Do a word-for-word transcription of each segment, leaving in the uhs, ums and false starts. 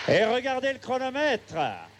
Et regardez le chronomètre.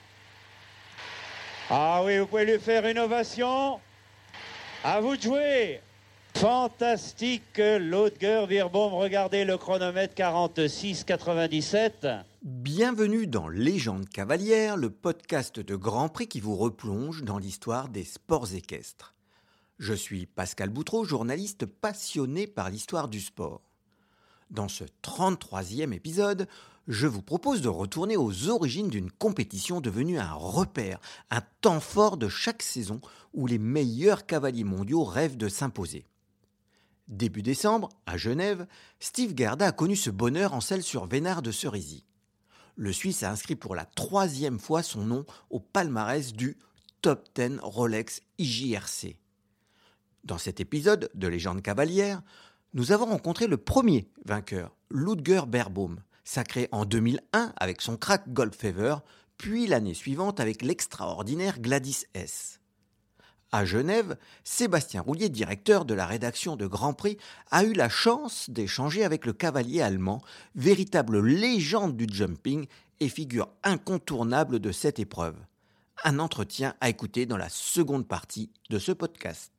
Ah oui, vous pouvez lui faire une ovation. À vous de jouer. Fantastique, Laudger-Virbaum. Regardez le chronomètre, quarante-six quatre-vingt-dix-sept. Bienvenue dans Légende cavalière, le podcast de Grand Prix qui vous replonge dans l'histoire des sports équestres. Je suis Pascal Boutreau, journaliste passionné par l'histoire du sport. Dans ce trente-troisième épisode, je vous propose de retourner aux origines d'une compétition devenue un repère, un temps fort de chaque saison où les meilleurs cavaliers mondiaux rêvent de s'imposer. Début décembre, à Genève, Steve Gerda a connu ce bonheur en selle sur Vénard de Cerisy. Le Suisse a inscrit pour la troisième fois son nom au palmarès du Top dix Rolex I J R C. Dans cet épisode de Légende cavalière, nous avons rencontré le premier vainqueur, Laudger-Virbaum, sacré en deux mille un avec son crack Goldfever, puis l'année suivante avec l'extraordinaire Gladys S. À Genève, Sébastien Roulier, directeur de la rédaction de Grand Prix, a eu la chance d'échanger avec le cavalier allemand, véritable légende du jumping et figure incontournable de cette épreuve. Un entretien à écouter dans la seconde partie de ce podcast.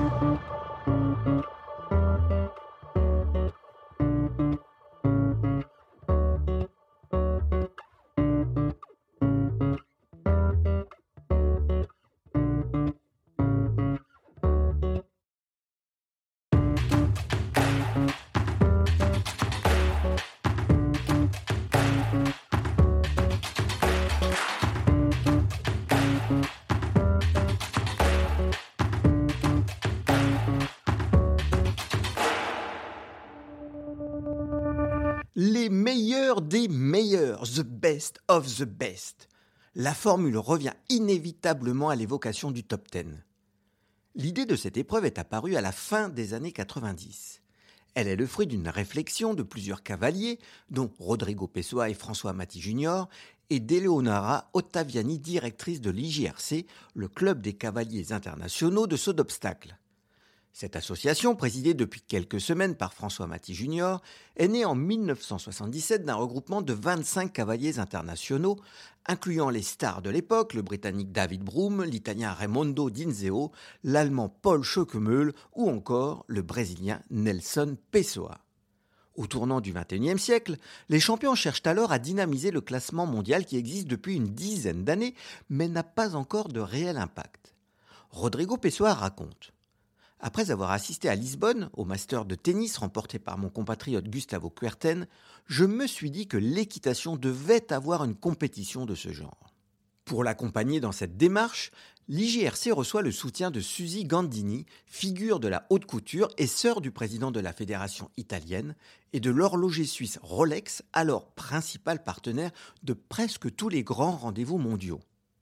Les meilleurs des meilleurs, the best of the best. La formule revient inévitablement à l'évocation du top dix. L'idée de cette épreuve est apparue à la fin des années quatre-vingt-dix. Elle est le fruit d'une réflexion de plusieurs cavaliers, dont Rodrigo Pessoa et François Maty junior, et d'Eleonora Ottaviani, directrice de l'I J R C, le club des cavaliers internationaux de saut d'obstacles. Cette association, présidée depuis quelques semaines par François Maty junior, est née en mille neuf cent soixante-dix-sept d'un regroupement de vingt-cinq cavaliers internationaux, incluant les stars de l'époque, le Britannique David Broom, l'Italien Raimondo Dinzeo, l'Allemand Paul Schockemöhle ou encore le Brésilien Nelson Pessoa. Au tournant du vingt et unième siècle, les champions cherchent alors à dynamiser le classement mondial qui existe depuis une dizaine d'années, mais n'a pas encore de réel impact. Rodrigo Pessoa raconte: après avoir assisté à Lisbonne, au master de tennis remporté par mon compatriote Gustavo Kuerten, je me suis dit que l'équitation devait avoir une compétition de ce genre. Pour l'accompagner dans cette démarche, l'I J R C reçoit le soutien de Suzy Gandini, figure de la haute couture et sœur du président de la fédération italienne, et de l'horloger suisse Rolex, alors principal partenaire de presque tous les grands rendez-vous mondiaux.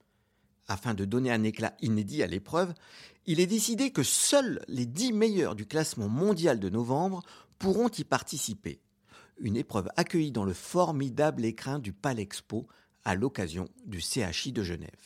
Afin de donner un éclat inédit à l'épreuve, il est décidé que seuls les dix meilleurs du classement mondial de novembre pourront y participer. Une épreuve accueillie dans le formidable écrin du Palexpo à l'occasion du C H I de Genève.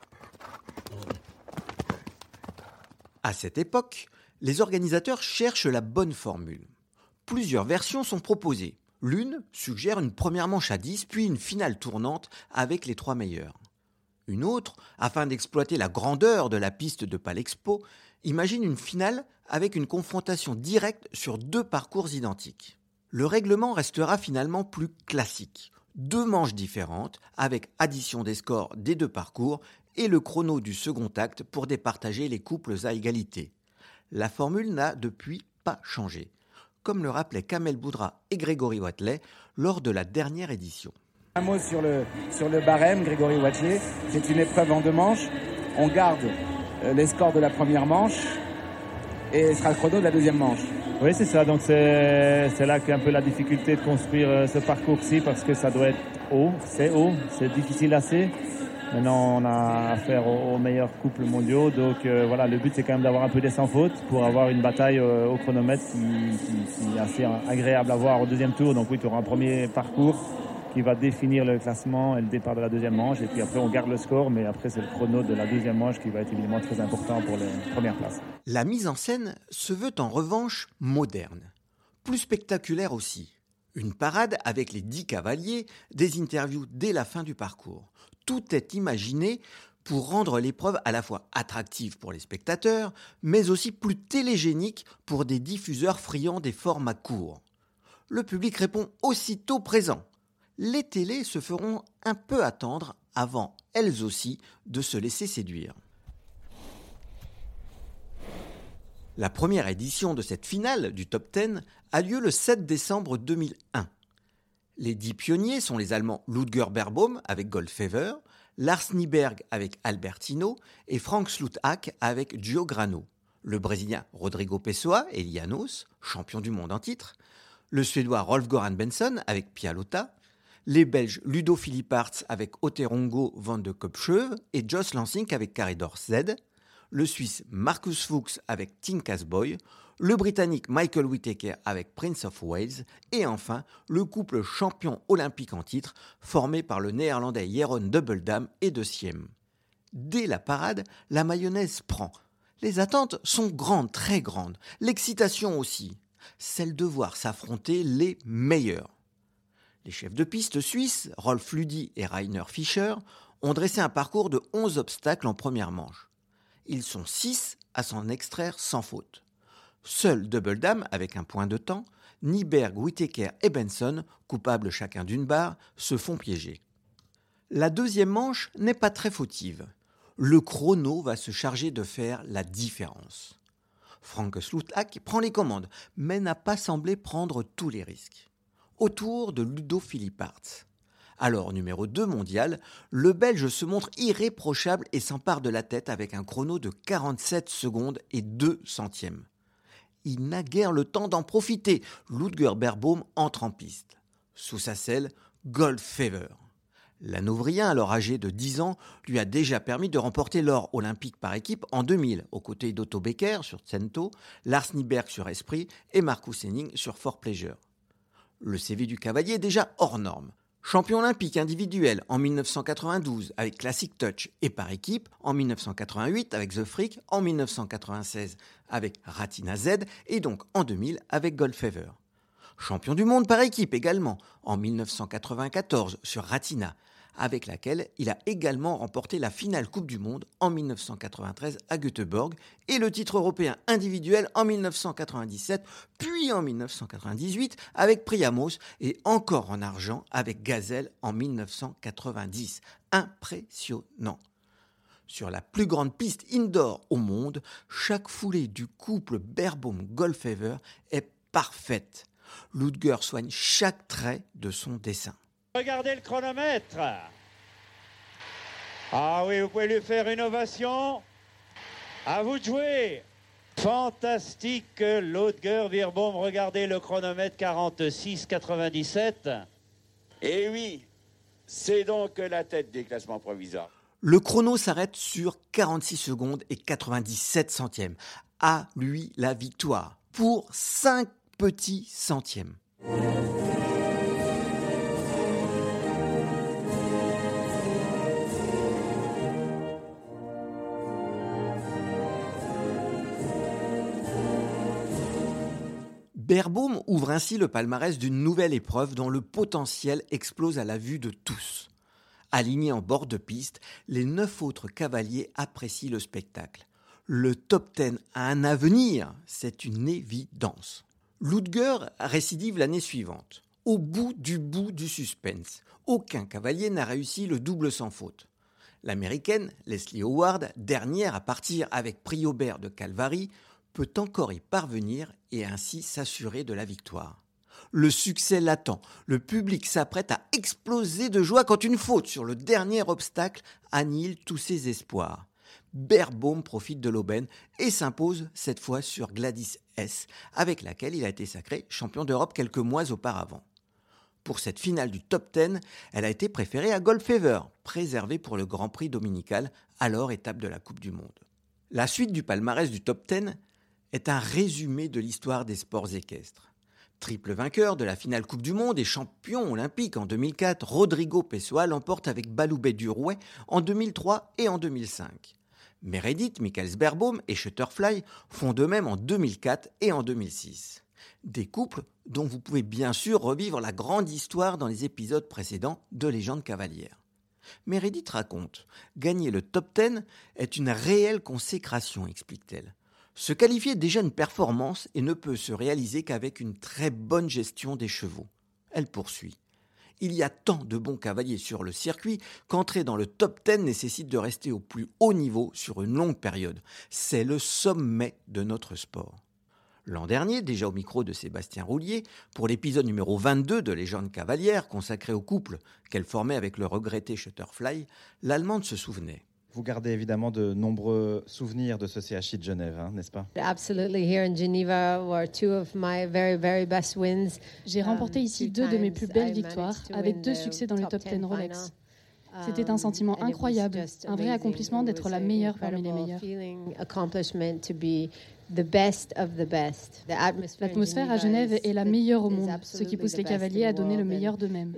À cette époque, les organisateurs cherchent la bonne formule. Plusieurs versions sont proposées. L'une suggère une première manche à dix, puis une finale tournante avec les trois meilleurs. Une autre, afin d'exploiter la grandeur de la piste de Palexpo, imagine une finale avec une confrontation directe sur deux parcours identiques. Le règlement restera finalement plus classique. Deux manches différentes, avec addition des scores des deux parcours et le chrono du second acte pour départager les couples à égalité. La formule n'a depuis pas changé, comme le rappelaient Kamel Boudra et Grégory Watley lors de la dernière édition. Un mot sur le, sur le barème, Grégory Watley. C'est une épreuve en deux manches. On garde euh, les scores de la première manche et ce sera le chrono de la deuxième manche. Oui, c'est ça. Donc c'est, c'est là qu'est un peu la difficulté de construire euh, ce parcours-ci parce que ça doit être haut. C'est haut, c'est difficile assez. Maintenant, on a affaire aux, aux meilleurs couples mondiaux. Donc euh, voilà, le but c'est quand même d'avoir un peu des sans faute pour avoir une bataille euh, au chronomètre qui, qui, qui est assez agréable à voir au deuxième tour. Donc oui, tu auras un premier parcours qui va définir le classement et le départ de la deuxième manche. Et puis après, on garde le score, mais après, c'est le chrono de la deuxième manche qui va être évidemment très important pour les premières places. La mise en scène se veut en revanche moderne, plus spectaculaire aussi. Une parade avec les dix cavaliers, des interviews dès la fin du parcours. Tout est imaginé pour rendre l'épreuve à la fois attractive pour les spectateurs, mais aussi plus télégénique pour des diffuseurs friands des formats courts. Le public répond aussitôt présent. Les télés se feront un peu attendre avant, elles aussi, de se laisser séduire. La première édition de cette finale du Top dix a lieu le sept décembre deux mille un. Les dix pionniers sont les Allemands Ludger Beerbaum avec Goldfever, Lars Nyberg avec Albertino et Frank Sloothack avec Gio Grano, le Brésilien Rodrigo Pessoa et Llanos, champion du monde en titre, le Suédois Rolf-Göran Bengtsson avec Pia Lota, les Belges Ludo Philippaerts avec Otterongo van de Kopscheuw et Jos Lansink avec Carador Z, le Suisse Marcus Fuchs avec Tinkas Boy, le Britannique Michael Whittaker avec Prince of Wales et enfin le couple champion olympique en titre formé par le Néerlandais Jeroen Dubbeldam et De Siem. Dès la parade, la mayonnaise prend. Les attentes sont grandes, très grandes, l'excitation aussi, celle de voir s'affronter les meilleurs. Les chefs de piste suisses, Rolf Lüdi et Rainer Fischer, ont dressé un parcours de onze obstacles en première manche. Ils sont six à s'en extraire sans faute. Seul Dubbeldam, avec un point de temps, Nyberg, Whittaker et Bengtsson, coupables chacun d'une barre, se font piéger. La deuxième manche n'est pas très fautive. Le chrono va se charger de faire la différence. Frank Sloothack prend les commandes, mais n'a pas semblé prendre tous les risques. Au tour de Ludo Philippaerts. Alors numéro deux mondial, le Belge se montre irréprochable et s'empare de la tête avec un chrono de quarante-sept secondes et deux centièmes. Il n'a guère le temps d'en profiter. Ludger Beerbaum entre en piste. Sous sa selle, Goldfever. L'Hanovérien, alors âgé de dix ans, lui a déjà permis de remporter l'or olympique par équipe en deux mille, aux côtés d'Otto Becker sur Cento, Lars Nyberg sur Esprit et Marcus Henning sur Fort Pleasure. Le C V du cavalier est déjà hors norme. Champion olympique individuel en mille neuf cent quatre-vingt-douze avec Classic Touch et par équipe, en mille neuf cent quatre-vingt-huit avec The Freak, en mille neuf cent quatre-vingt-seize avec Ratina Z et donc en deux mille avec Goldfever. Champion du monde par équipe également, en mille neuf cent quatre-vingt-quatorze sur Ratina, avec laquelle il a également remporté la finale Coupe du Monde en mille neuf cent quatre-vingt-treize à Göteborg et le titre européen individuel en mille neuf cent quatre-vingt-dix-sept, puis en mille neuf cent quatre-vingt-dix-huit avec Priamos et encore en argent avec Gazelle en mille neuf cent quatre-vingt-dix. Impressionnant. Sur la plus grande piste indoor au monde, chaque foulée du couple Beerbaum-Goldfever est parfaite. Ludger soigne chaque trait de son dessin. Regardez le chronomètre. Ah oui, vous pouvez lui faire une ovation. À vous de jouer. Fantastique, Ludger Beerbaum. Regardez le chronomètre quarante-six quatre-vingt-dix-sept. Et oui, c'est donc la tête des classements provisoires. Le chrono s'arrête sur quarante-six secondes et quatre-vingt-dix-sept centièmes. À lui la victoire pour cinq petits centièmes. Beerbaum ouvre ainsi le palmarès d'une nouvelle épreuve dont le potentiel explose à la vue de tous. Alignés en bord de piste, les neuf autres cavaliers apprécient le spectacle. Le top dix a un avenir, c'est une évidence. Ludger récidive l'année suivante. Au bout du bout du suspense, aucun cavalier n'a réussi le double sans faute. L'américaine Leslie Howard, dernière à partir avec Prix Aubert de Calvary, peut encore y parvenir et ainsi s'assurer de la victoire. Le succès l'attend. Le public s'apprête à exploser de joie quand une faute sur le dernier obstacle annihile tous ses espoirs. Beerbaum profite de l'aubaine et s'impose cette fois sur Gladys S, avec laquelle il a été sacré champion d'Europe quelques mois auparavant. Pour cette finale du Top dix, elle a été préférée à Goldfever, préservée pour le Grand Prix dominical, alors étape de la Coupe du Monde. La suite du palmarès du Top dix est un résumé de l'histoire des sports équestres. Triple vainqueur de la finale Coupe du Monde et champion olympique en deux mille quatre, Rodrigo Pessoa l'emporte avec Baloubet du Rouet en deux mille trois et en deux mille cinq. Meredith, Michaels Beerbaum et Shutterfly font de même en deux mille quatre et en deux mille six. Des couples dont vous pouvez bien sûr revivre la grande histoire dans les épisodes précédents de Légendes cavalières. Meredith raconte, gagner le top dix est une réelle consécration, explique-t-elle. Se qualifier est déjà une performance et ne peut se réaliser qu'avec une très bonne gestion des chevaux. Elle poursuit. Il y a tant de bons cavaliers sur le circuit qu'entrer dans le top dix nécessite de rester au plus haut niveau sur une longue période. C'est le sommet de notre sport. L'an dernier, déjà au micro de Sébastien Roulier, pour l'épisode numéro vingt-deux de Légendes cavalières consacré au couple qu'elle formait avec le regretté Shutterfly, l'Allemande se souvenait. Vous gardez évidemment de nombreux souvenirs de ce C H I de Genève, hein, n'est-ce pas? Absolutely. Here in Geneva were two of my very, very best wins. J'ai remporté ici deux de mes plus belles victoires, avec deux succès dans le top dix Rolex. C'était un sentiment incroyable, un vrai accomplissement d'être la meilleure parmi les meilleurs. L'atmosphère à Genève est la meilleure au monde, ce qui pousse les cavaliers à donner le meilleur d'eux-mêmes.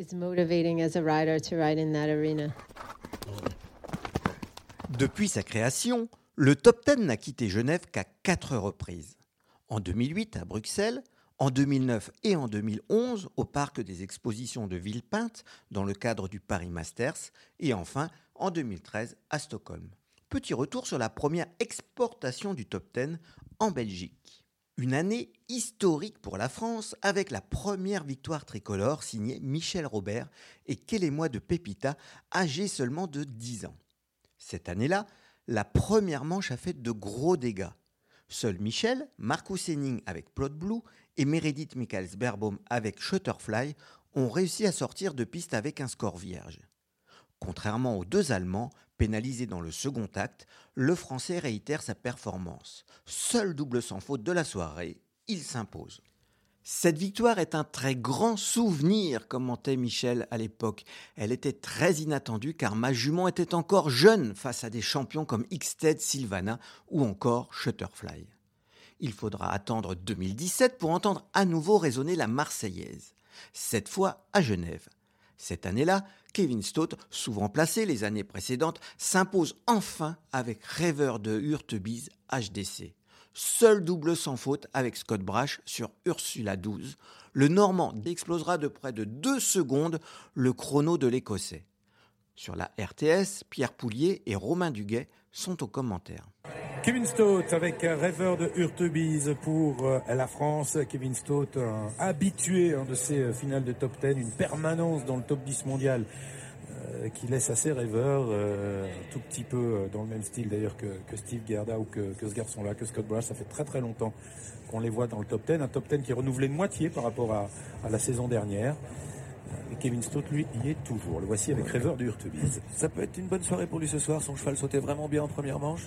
Depuis sa création, le top dix n'a quitté Genève qu'à quatre reprises. En deux mille huit à Bruxelles, en deux mille neuf et en deux mille onze au parc des expositions de Villepinte dans le cadre du Paris Masters et enfin en deux mille treize à Stockholm. Petit retour sur la première exportation du top dix en Belgique. Une année historique pour la France avec la première victoire tricolore signée Michel Robert et Kélémois de Pépita, âgé seulement de dix ans. Cette année-là, la première manche a fait de gros dégâts. Seuls Michel, Marcus Henning avec Plot Blue et Meredith Michaels-Beerbaum avec Shutterfly ont réussi à sortir de piste avec un score vierge. Contrairement aux deux Allemands, pénalisés dans le second acte, le Français réitère sa performance. Seul double sans faute de la soirée, il s'impose. Cette victoire est un très grand souvenir, commentait Michel à l'époque. Elle était très inattendue car ma jument était encore jeune face à des champions comme Ixted, Silvana ou encore Shutterfly. Il faudra attendre deux mille dix-sept pour entendre à nouveau résonner la Marseillaise, cette fois à Genève. Cette année-là, Kevin Stott, souvent placé les années précédentes, s'impose enfin avec Rêveur de Hurtebise H D C. Seul double sans faute avec Scott Brash sur Ursula douze. Le Normand explosera de près de deux secondes le chrono de l'Écossais. Sur la R T S, Pierre Poulier et Romain Duguay sont aux commentaires. Kevin Stott avec Rêveur de Hurtebise pour la France. Kevin Stott, un habitué de ces finales de top dix, une permanence dans le top dix mondial euh, qui laisse assez rêveur, euh, un tout petit peu dans le même style d'ailleurs que, que Steve Gerda ou que, que ce garçon-là, que Scott Brash. Ça fait très très longtemps qu'on les voit dans le top dix. Un top dix qui est renouvelé de moitié par rapport à, à la saison dernière. Et Kevin Stott, lui, y est toujours. Le voici avec Rêveur de Hurtebise. Ça peut être une bonne soirée pour lui ce soir. Son cheval sautait vraiment bien en première manche.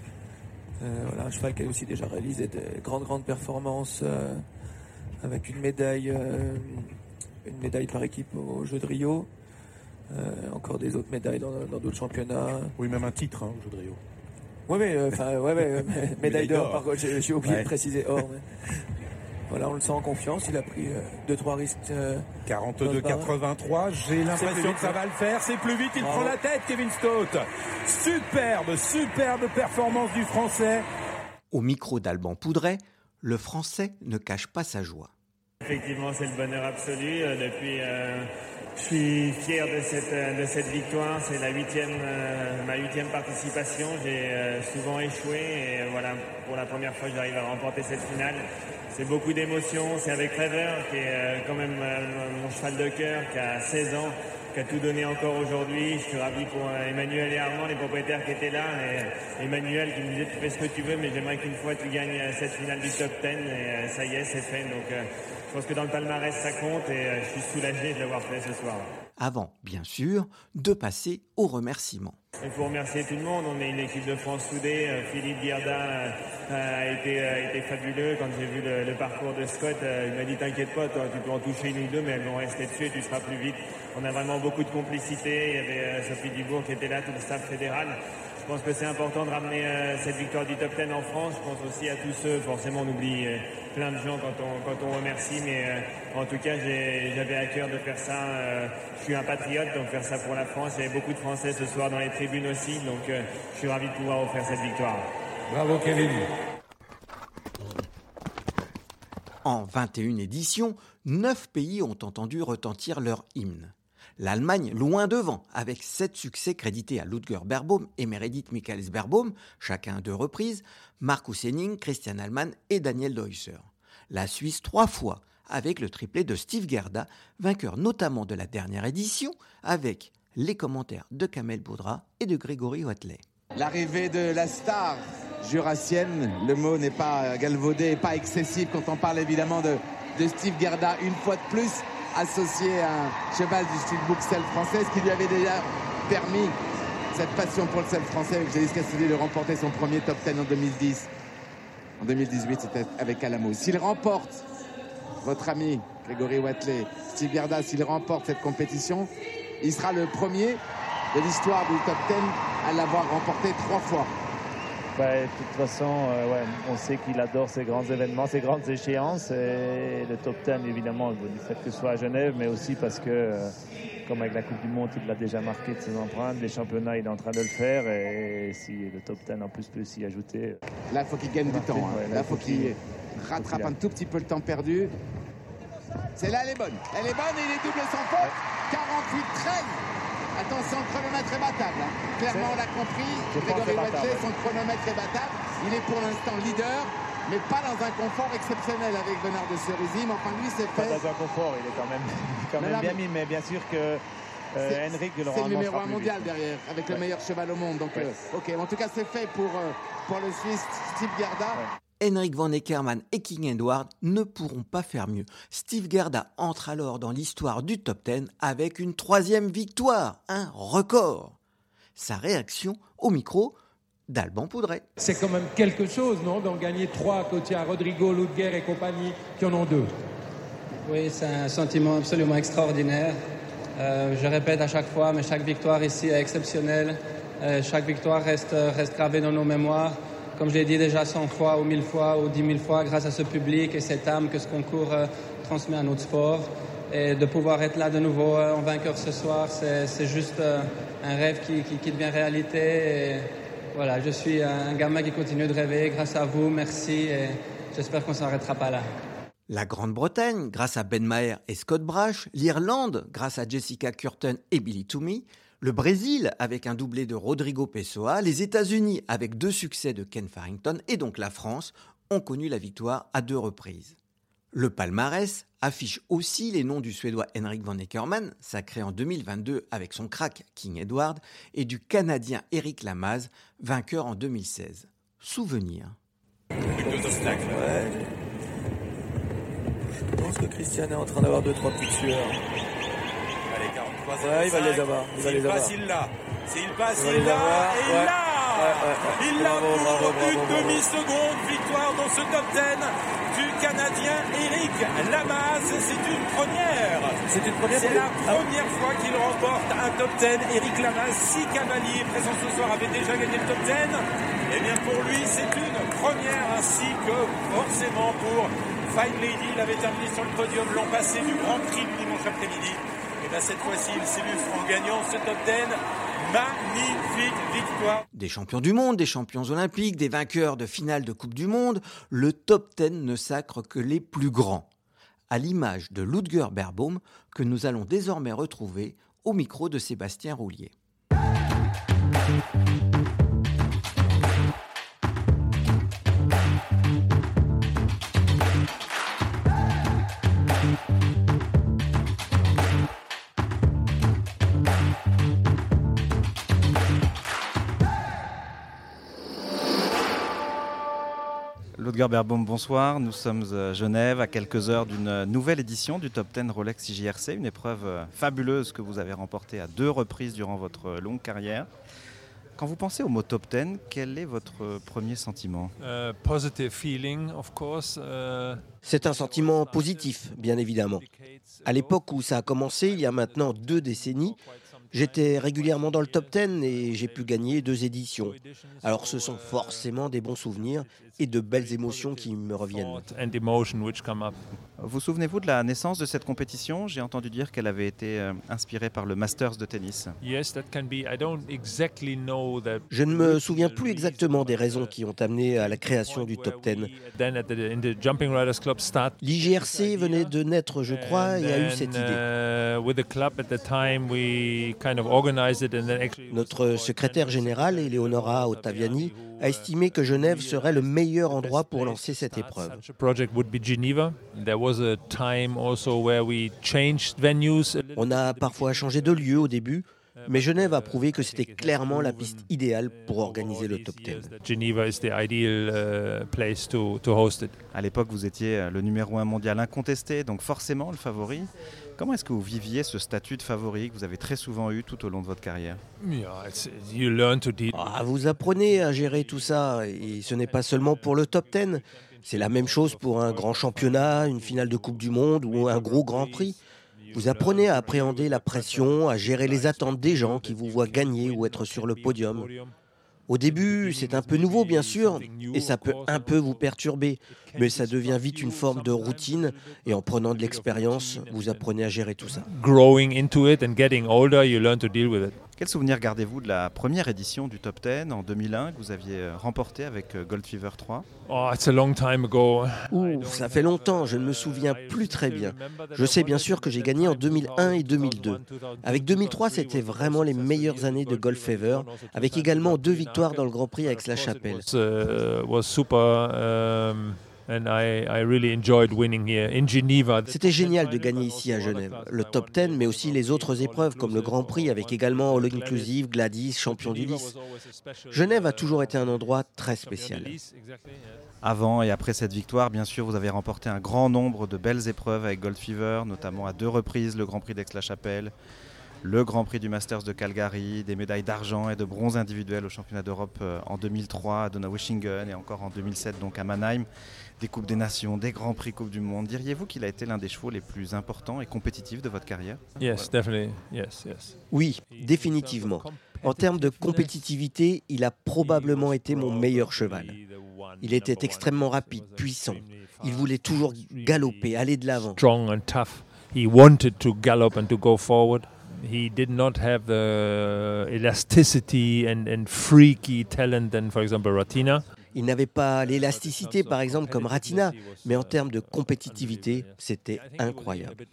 Euh, voilà, un cheval qui a aussi déjà réalisé des grandes, grandes performances euh, avec une médaille, euh, une médaille par équipe aux Jeux de Rio. Euh, encore des autres médailles dans, dans d'autres championnats. Oui, même un titre hein, aux Jeux de Rio. Oui, mais enfin, euh, ouais, ouais, médaille, médaille d'or. d'or. Par contre, j'ai, j'ai oublié ouais. de préciser or. Mais... Voilà, on le sent en confiance. Il a pris euh, deux trois risques. Euh, quarante-deux quatre-vingt-trois. J'ai l'impression que ça va le faire. C'est plus vite. Il Bravo. prend la tête, Kevin Stott. Superbe, superbe performance du Français. Au micro d'Alban Poudret, le Français ne cache pas sa joie. Effectivement, c'est le bonheur absolu. Euh, depuis, euh, je suis fier de cette, de cette victoire. C'est la huitième, euh, ma huitième participation. J'ai euh, souvent échoué et voilà, pour la première fois, j'arrive à remporter cette finale. C'est beaucoup d'émotions. C'est avec Rêveur, qui est euh, quand même euh, mon cheval de cœur, qui a seize ans, qui a tout donné encore aujourd'hui. Je suis ravi pour euh, Emmanuel et Armand, les propriétaires qui étaient là. Et Emmanuel qui me disait, tu fais ce que tu veux, mais j'aimerais qu'une fois tu gagnes euh, cette finale du top dix. Et euh, ça y est, c'est fait. Donc euh, je pense que dans le palmarès, ça compte et euh, je suis soulagé de l'avoir fait ce soir. Avant, bien sûr, de passer aux remerciements. Il faut remercier tout le monde. On est une équipe de France soudée. Philippe Gerda a été, a été fabuleux. Quand j'ai vu le, le parcours de Scott, il m'a dit t'inquiète pas, toi, tu peux en toucher une ou deux, mais elles vont rester dessus et tu seras plus vite. On a vraiment beaucoup de complicité. Il y avait Sophie Dubourg qui était là, tout le staff fédéral. Je pense que c'est important de ramener euh, cette victoire du top dix en France. Je pense aussi à tous ceux, forcément on oublie euh, plein de gens quand on, quand on remercie, mais euh, en tout cas j'ai, j'avais à cœur de faire ça. Euh, je suis un patriote, donc faire ça pour la France. Il y avait beaucoup de Français ce soir dans les tribunes aussi, donc euh, je suis ravi de pouvoir offrir cette victoire. Bravo Kevin. En vingt et une éditions, neuf pays ont entendu retentir leur hymne. L'Allemagne loin devant, avec sept succès crédités à Ludger Beerbaum et Meredith Michaels Beerbaum, chacun à deux reprises, Markus Henning, Christian Allman et Daniel Deusser. La Suisse trois fois, avec le triplé de Steve Gerda, vainqueur notamment de la dernière édition, avec les commentaires de Kamel Boudra et de Grégory Watley. L'arrivée de la star jurassienne, le mot n'est pas galvaudé, pas excessif quand on parle évidemment de, de Steve Gerda, une fois de plus associé à un cheval du style Buxel français, ce qui lui avait déjà permis, cette passion pour le sel français avec Gélis Cassidy, de remporter son premier top dix en deux mille dix. En deux mille dix-huit, c'était avec Alamo. S'il remporte, votre ami Grégory Watley, Steve Gerda, s'il remporte cette compétition, il sera le premier de l'histoire du top dix à l'avoir remporté trois fois. Bah, de toute façon, euh, ouais, on sait qu'il adore ces grands événements, ces grandes échéances. Et le top dix, évidemment, du fait que ce soit à Genève, mais aussi parce que, euh, comme avec la Coupe du Monde, il l'a déjà marqué de ses empreintes. Les championnats, il est en train de le faire. Et si le top dix, en plus, peut s'y ajouter. Là, il faut qu'il gagne du temps. Hein. Ouais, là, il faut qu'il, qu'il rattrape un tout petit peu le temps perdu. Celle-là, elle est bonne. Elle est bonne et il est double sans faute. quarante-huit treize. Attention, le chronomètre est battable. Hein. Clairement, on l'a compris. Grégory Watley, son chronomètre est battable. Il est pour l'instant leader, mais pas dans un confort exceptionnel avec Bernard de Cerisy. Mais enfin, lui, c'est fait. Pas dans un confort, il est quand même, quand même là, bien mis. Mais bien sûr que euh, Henrik le c'est le numéro un mondial vite. Derrière, avec ouais. le meilleur cheval au monde. Donc, ouais. euh, ok. En tout cas, c'est fait pour, euh, pour le Suisse Steve Gerda. Ouais. Henrik van Eckermann et King Edward ne pourront pas faire mieux. Steve Gerda entre alors dans l'histoire du top dix avec une troisième victoire, un record. Sa réaction au micro d'Alban Poudret. C'est quand même quelque chose, non, d'en gagner trois à côté à Rodrigo, Ludger et compagnie, qui en ont deux. Oui, c'est un sentiment absolument extraordinaire. Euh, je répète à chaque fois, mais chaque victoire ici est exceptionnelle. Euh, chaque victoire reste, reste gravée dans nos mémoires. Comme je l'ai dit déjà cent fois ou mille fois ou dix mille fois, grâce à ce public et cette âme que ce concours euh, transmet à notre sport. Et de pouvoir être là de nouveau euh, en vainqueur ce soir, c'est, c'est juste euh, un rêve qui, qui, qui devient réalité. Et voilà, je suis un gamin qui continue de rêver. Grâce à vous, merci et j'espère qu'on ne s'arrêtera pas là. La Grande-Bretagne, grâce à Ben Maher et Scott Brash. L'Irlande, grâce à Jessica Curtin et Billy Toomey. Le Brésil, avec un doublé de Rodrigo Pessoa, les États-Unis, avec deux succès de Ken Farrington, et donc la France, ont connu la victoire à deux reprises. Le palmarès affiche aussi les noms du Suédois Henrik van Eckermann, sacré en deux mille vingt-deux avec son crack King Edward, et du Canadien Eric Lamaze, vainqueur en deux mille seize. Souvenir. Ouais. Je pense que Christian est en train d'avoir deux, trois petites sueurs. Ouais, il va les avoir. Il va les avoir. S'il passe, il l'a. S'il passe, il l'a. Et il l'a. Ouais, ouais, ouais. Il l'a bravo, pour bravo, bravo, une bravo. demi-seconde. Victoire dans ce top dix du Canadien Eric Lamaze. C'est une première. C'est une première. C'est la première ah. fois qu'il remporte un top dix. Eric Lamaze, six cavaliers présents ce soir, avait déjà gagné le top dix. Et bien pour lui, c'est une première, ainsi que forcément pour Fine Lady. Il avait terminé sur le podium l'an passé du Grand Prix du dimanche après-midi. Là, cette fois-ci, il s'illustre en gagnant ce top dix. Magnifique victoire. Des champions du monde, des champions olympiques, des vainqueurs de finale de Coupe du Monde, le top dix ne sacre que les plus grands. À l'image de Ludger Beerbaum, que nous allons désormais retrouver au micro de Sébastien Roulier. Ludger Beerbaum, bonsoir. Nous sommes à Genève à quelques heures d'une nouvelle édition du Top dix Rolex I J R C, une épreuve fabuleuse que vous avez remportée à deux reprises durant votre longue carrière. Quand vous pensez au mot Top dix, quel est votre premier sentiment ? uh, Positive feeling, of course. Uh... C'est un sentiment positif, bien évidemment. À l'époque où ça a commencé, il y a maintenant deux décennies, J'étais régulièrement dans le top dix et j'ai pu gagner deux éditions. Alors ce sont forcément des bons souvenirs et de belles émotions qui me reviennent. Vous souvenez-vous de la naissance de cette compétition? J'ai entendu dire qu'elle avait été euh, inspirée par le Masters de tennis. Je ne me souviens plus exactement des raisons qui ont amené à la création du top dix. L'I G R C venait de naître, je crois, et a eu cette idée. Notre secrétaire général, Eleonora Ottaviani, a estimé que Genève serait le meilleur endroit pour lancer cette épreuve. On a parfois changé de lieu au début, mais Genève a prouvé que c'était clairement la piste idéale pour organiser le top dix. À l'époque, vous étiez le numéro un mondial incontesté, donc forcément le favori. Comment est-ce que vous viviez ce statut de favori que vous avez très souvent eu tout au long de votre carrière? Ah, vous apprenez à gérer tout ça, et ce n'est pas seulement pour le top dix. C'est la même chose pour un grand championnat, une finale de Coupe du Monde ou un gros Grand Prix. Vous apprenez à appréhender la pression, à gérer les attentes des gens qui vous voient gagner ou être sur le podium. Au début, c'est un peu nouveau, bien sûr, et ça peut un peu vous perturber, mais ça devient vite une forme de routine, et en prenant de l'expérience, vous apprenez à gérer tout ça. Quel souvenir gardez-vous de la première édition du Top dix en deux mille un que vous aviez remporté avec Gold Fever trois? Oh, Ouh, ça fait longtemps, je ne me souviens plus très bien. Je sais bien sûr que j'ai gagné en deux mille un et deux mille deux. Avec deux mille trois, c'était vraiment les meilleures années de Gold Fever, avec également deux victoires dans le Grand Prix Aix-la-Chapelle. C'était génial de gagner ici à Genève. Le top dix, mais aussi les autres épreuves comme le Grand Prix avec également All Inclusive, Gladys, champion du Lys. Genève a toujours été un endroit très spécial. Avant et après cette victoire, bien sûr, vous avez remporté un grand nombre de belles épreuves avec Gold Fever, notamment à deux reprises le Grand Prix d'Aix-la-Chapelle, le Grand Prix du Masters de Calgary, des médailles d'argent et de bronze individuelles au championnat d'Europe en deux mille trois à Donaueschingen et encore en deux mille sept donc à Mannheim. Des Coupes des Nations, des Grands Prix Coupe du Monde. Diriez-vous qu'il a été l'un des chevaux les plus importants et compétitifs de votre carrière? Yes, definitely. Yes, yes. Oui, définitivement. En termes de compétitivité, il a probablement été mon meilleur cheval. Il était extrêmement rapide, puissant. Il voulait toujours galoper, aller de l'avant. Strong and tough. He wanted to gallop and to go forward. He did not have the elasticity and, and freaky talent than, for example, Ratina. Il n'avait pas l'élasticité, par exemple, comme Ratina, mais en termes de compétitivité, c'était incroyable.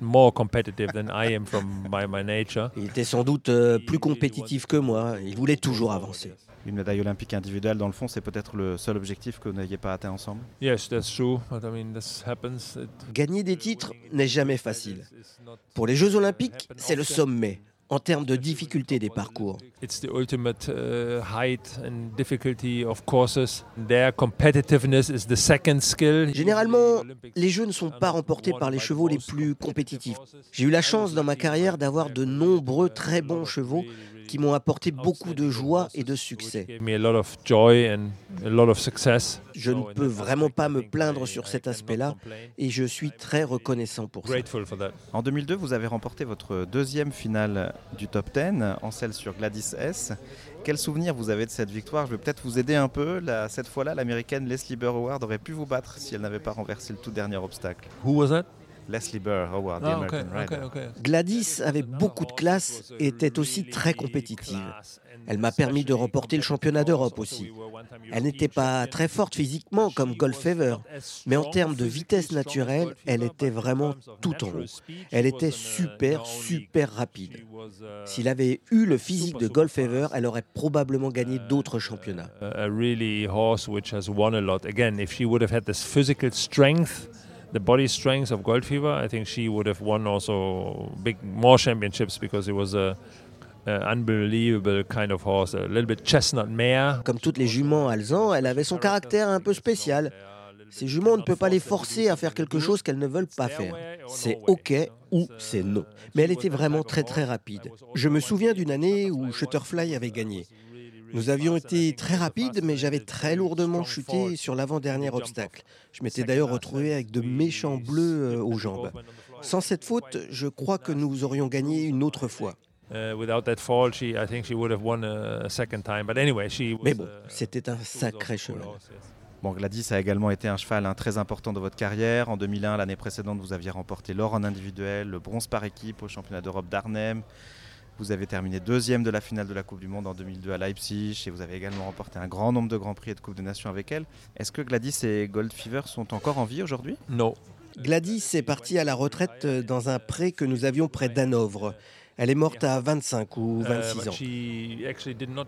Il était sans doute euh, plus compétitif que moi. Il voulait toujours avancer. Une médaille olympique individuelle, dans le fond, c'est peut-être le seul objectif que vous n'aviez pas atteint ensemble? Yes, that's true. But I mean, this happens. Gagner des titres n'est jamais facile. Pour les Jeux olympiques, c'est le sommet. En termes de difficulté des parcours. It's the ultimate uh, height and difficulty of courses. Their competitiveness is the second skill. Généralement, les Jeux ne sont pas remportés par les chevaux les plus compétitifs. J'ai eu la chance dans ma carrière d'avoir de nombreux très bons chevaux qui m'ont apporté beaucoup de joie et de succès. Je ne peux vraiment pas me plaindre sur cet aspect-là et je suis très reconnaissant pour ça. En deux mille deux, vous avez remporté votre deuxième finale du Top dix, en celle sur Gladys S. Quel souvenir vous avez de cette victoire? Je vais peut-être vous aider un peu. La, cette fois-là, l'américaine Leslie Burr Howard aurait pu vous battre si elle n'avait pas renversé le tout dernier obstacle. Who was that? Leslie Burr Howard, the ah, American okay, rider. Okay, okay. Gladys avait beaucoup de classe et était aussi très compétitive. Elle m'a permis de remporter le championnat d'Europe aussi. Elle n'était pas très forte physiquement comme Gold Fever, mais en termes de vitesse naturelle, elle était vraiment tout en haut. Elle était super, super rapide. S'il avait eu le physique de Gold Fever, elle aurait probablement gagné d'autres championnats. A really horse which has won a lot. Again, if she would have had this physical strength, the body strength of Gold Fever, I think she would have won also big more championships because it was a, a unbelievable kind of horse, a little bit chestnut mare. Comme toutes les juments alezans, elle avait son caractère un peu spécial. Ces juments, on ne peut pas les forcer à faire quelque chose qu'elles ne veulent pas faire. C'est OK ou c'est non. Mais elle était vraiment très très rapide. Je me souviens d'une année où Shutterfly avait gagné. Nous avions été très rapides, mais j'avais très lourdement chuté sur l'avant-dernier obstacle. Je m'étais d'ailleurs retrouvé avec de méchants bleus aux jambes. Sans cette faute, je crois que nous aurions gagné une autre fois. Uh, without that fall, she, I think she would have won a, a second time. But anyway, she was, Mais bon, c'était un sacré cheval. Bon, Gladys a également été un cheval hein, très important dans votre carrière. En deux mille un, l'année précédente, vous aviez remporté l'or en individuel, le bronze par équipe au championnat d'Europe d'Arnhem. Vous avez terminé deuxième de la finale de la Coupe du Monde en deux mille deux à Leipzig et vous avez également remporté un grand nombre de Grands Prix et de Coupes des Nations avec elle. Est-ce que Gladys et Gold Fever sont encore en vie aujourd'hui ? Non. Gladys est partie à la retraite dans un pré que nous avions près d'Hanovre. Elle est morte à vingt-cinq ou vingt-six ans.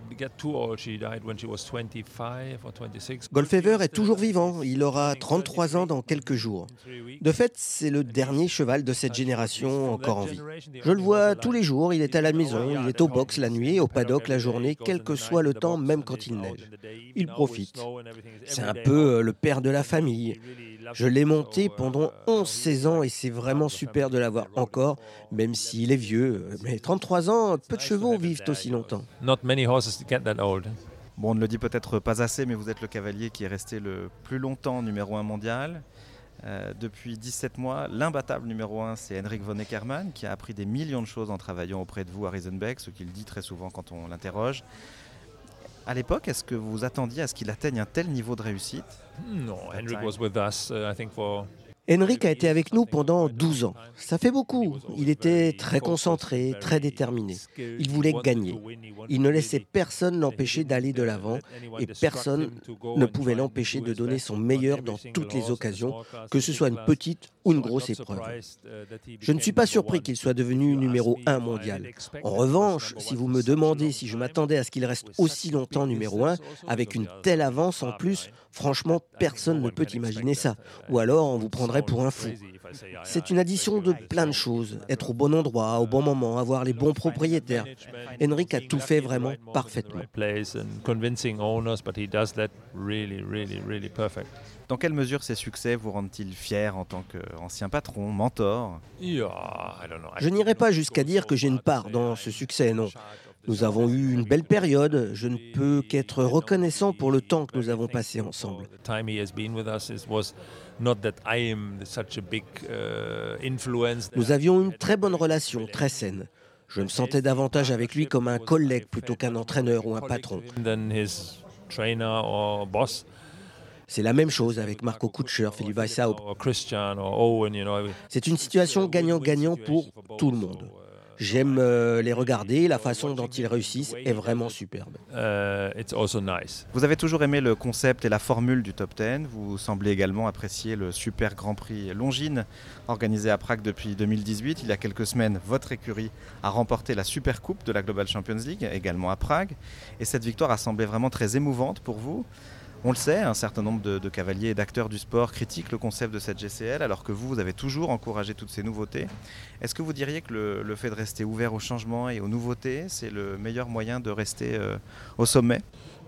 Goldfever est toujours vivant, il aura trente-trois ans dans quelques jours. De fait, c'est le dernier cheval de cette génération encore en vie. Je le vois tous les jours, il est à la maison, il est au box la nuit, au paddock la journée, quel que soit le temps, même quand il neige. Il profite. C'est un peu le père de la famille. Je l'ai monté pendant onze seize ans et c'est vraiment super de l'avoir encore, même s'il est vieux. Mais trente-trois ans, peu de chevaux vivent aussi longtemps. Not many horses get that old. Bon, on ne le dit peut-être pas assez, mais vous êtes le cavalier qui est resté le plus longtemps numéro un mondial. Euh, depuis dix-sept mois, l'imbattable numéro un, c'est Henrik von Eckermann, qui a appris des millions de choses en travaillant auprès de vous à Riesenbeck, ce qu'il dit très souvent quand on l'interroge. À l'époque, est-ce que vous attendiez à ce qu'il atteigne un tel niveau de réussite ? Non, Henrik was with us, uh, I think for... Henrik a été avec nous pendant douze ans. Ça fait beaucoup. Il était très concentré, très déterminé. Il voulait gagner. Il ne laissait personne l'empêcher d'aller de l'avant et personne ne pouvait l'empêcher de donner son meilleur dans toutes les occasions, que ce soit une petite ou une grosse épreuve. Je ne suis pas surpris qu'il soit devenu numéro un mondial. En revanche, si vous me demandez si je m'attendais à ce qu'il reste aussi longtemps numéro un, avec une telle avance en plus, franchement, personne ne peut imaginer ça. Ou alors, on vous prendrait pour un fou. C'est une addition de plein de choses. Être au bon endroit, au bon moment, avoir les bons propriétaires. Henrik a tout fait vraiment parfaitement. Dans quelle mesure ces succès vous rendent-ils fiers en tant qu'ancien patron, mentor ? Je n'irai pas jusqu'à dire que j'ai une part dans ce succès, non. Nous avons eu une belle période. Je ne peux qu'être reconnaissant pour le temps que nous avons passé ensemble. Nous avions une très bonne relation, très saine. Je me sentais davantage avec lui comme un collègue plutôt qu'un entraîneur ou un patron. C'est la même chose avec Marco Kutscher, Philippe Weishaupt. C'est une situation gagnant-gagnant pour tout le monde. J'aime euh, les regarder, la façon dont ils réussissent est vraiment superbe. Uh, it's also nice. Vous avez toujours aimé le concept et la formule du Top dix. Vous semblez également apprécier le Super Grand Prix Longines, organisé à Prague depuis deux mille dix-huit. Il y a quelques semaines, votre écurie a remporté la Super Coupe de la Global Champions League, également à Prague. Et cette victoire a semblé vraiment très émouvante pour vous. On le sait, un certain nombre de, de cavaliers et d'acteurs du sport critiquent le concept de cette G C L, alors que vous, vous avez toujours encouragé toutes ces nouveautés. Est-ce que vous diriez que le, le fait de rester ouvert au changement et aux nouveautés, c'est le meilleur moyen de rester euh, au sommet ?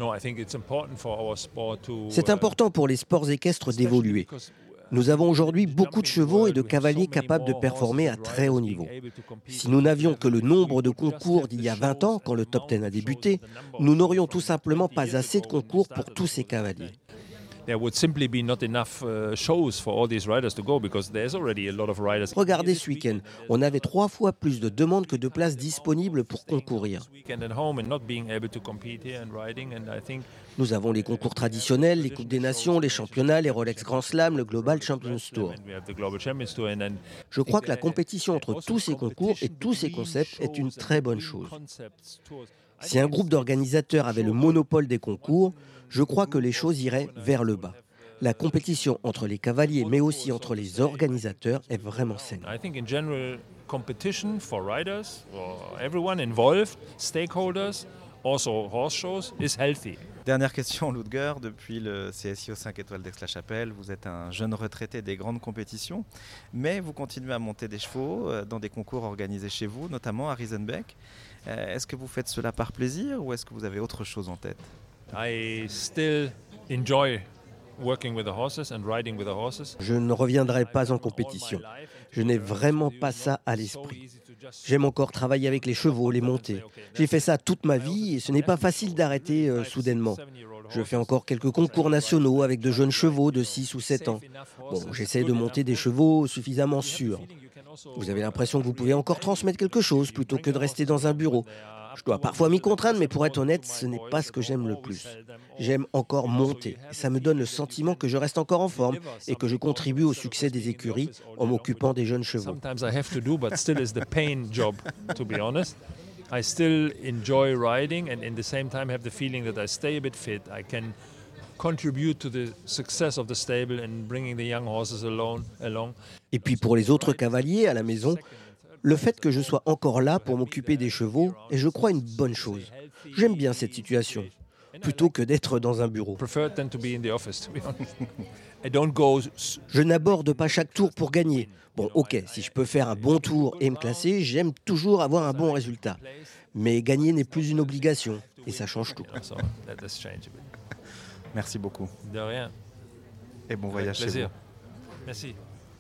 C'est important pour les sports équestres d'évoluer. Nous avons aujourd'hui beaucoup de chevaux et de cavaliers capables de performer à très haut niveau. Si nous n'avions que le nombre de concours d'il y a vingt ans, quand le Top dix a débuté, nous n'aurions tout simplement pas assez de concours pour tous ces cavaliers. Regardez ce week-end, on avait trois fois plus de demandes que de places disponibles pour concourir. Nous avons les concours traditionnels, les Coupes des Nations, les championnats, les Rolex Grand Slam, le Global Champions Tour. Je crois que la compétition entre tous ces concours et tous ces concepts est une très bonne chose. Si un groupe d'organisateurs avait le monopole des concours, je crois que les choses iraient vers le bas. La compétition entre les cavaliers, mais aussi entre les organisateurs, est vraiment saine. Dernière question, Ludger. Depuis le C S I O cinq étoiles d'Aix-la-Chapelle, vous êtes un jeune retraité des grandes compétitions, mais vous continuez à monter des chevaux dans des concours organisés chez vous, notamment à Riesenbeck. Est-ce que vous faites cela par plaisir ou est-ce que vous avez autre chose en tête ? I still enjoy working with the horses and riding with the horses. Je ne reviendrai pas en compétition. Je n'ai vraiment pas ça à l'esprit. J'aime encore travailler avec les chevaux, les monter. J'ai fait ça toute ma vie et ce n'est pas facile d'arrêter euh, soudainement. Je fais encore quelques concours nationaux avec de jeunes chevaux de six ou sept ans. Bon, j'essaie de monter des chevaux suffisamment sûrs. Vous avez l'impression que vous pouvez encore transmettre quelque chose plutôt que de rester dans un bureau. Je dois parfois m'y contraindre, mais pour être honnête, ce n'est pas ce que j'aime le plus. J'aime encore monter. Et ça me donne le sentiment que je reste encore en forme et que je contribue au succès des écuries en m'occupant des jeunes chevaux. I still enjoy riding and in the same time have the feeling that I stay a bit fit. I can contribute to the success of the stable and bringing the young horses along. along. Et puis pour les autres cavaliers à la maison, le fait que je sois encore là pour m'occuper des chevaux est, je crois, une bonne chose. J'aime bien cette situation, plutôt que d'être dans un bureau. Je n'aborde pas chaque tour pour gagner. Bon, ok, si je peux faire un bon tour et me classer, j'aime toujours avoir un bon résultat. Mais gagner n'est plus une obligation, et ça change tout. Merci beaucoup. De rien. Et bon voyage chez vous. Merci.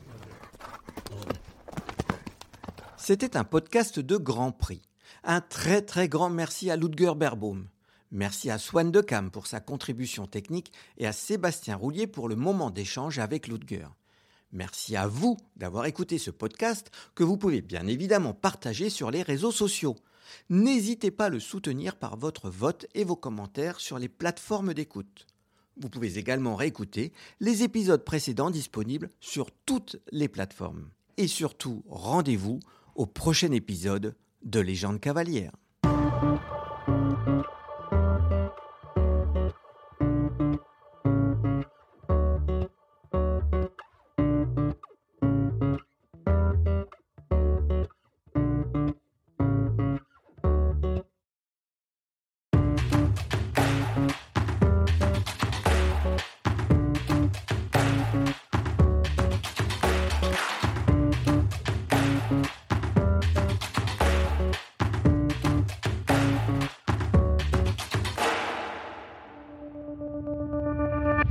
C'était un podcast de Grand Prix. Un très très grand merci à Ludger Beerbaum. Merci à Swan de Cam pour sa contribution technique et à Sébastien Roulier pour le moment d'échange avec Ludger. Merci à vous d'avoir écouté ce podcast que vous pouvez bien évidemment partager sur les réseaux sociaux. N'hésitez pas à le soutenir par votre vote et vos commentaires sur les plateformes d'écoute. Vous pouvez également réécouter les épisodes précédents disponibles sur toutes les plateformes. Et surtout, rendez-vous au prochain épisode de Légende cavalière. Thank you.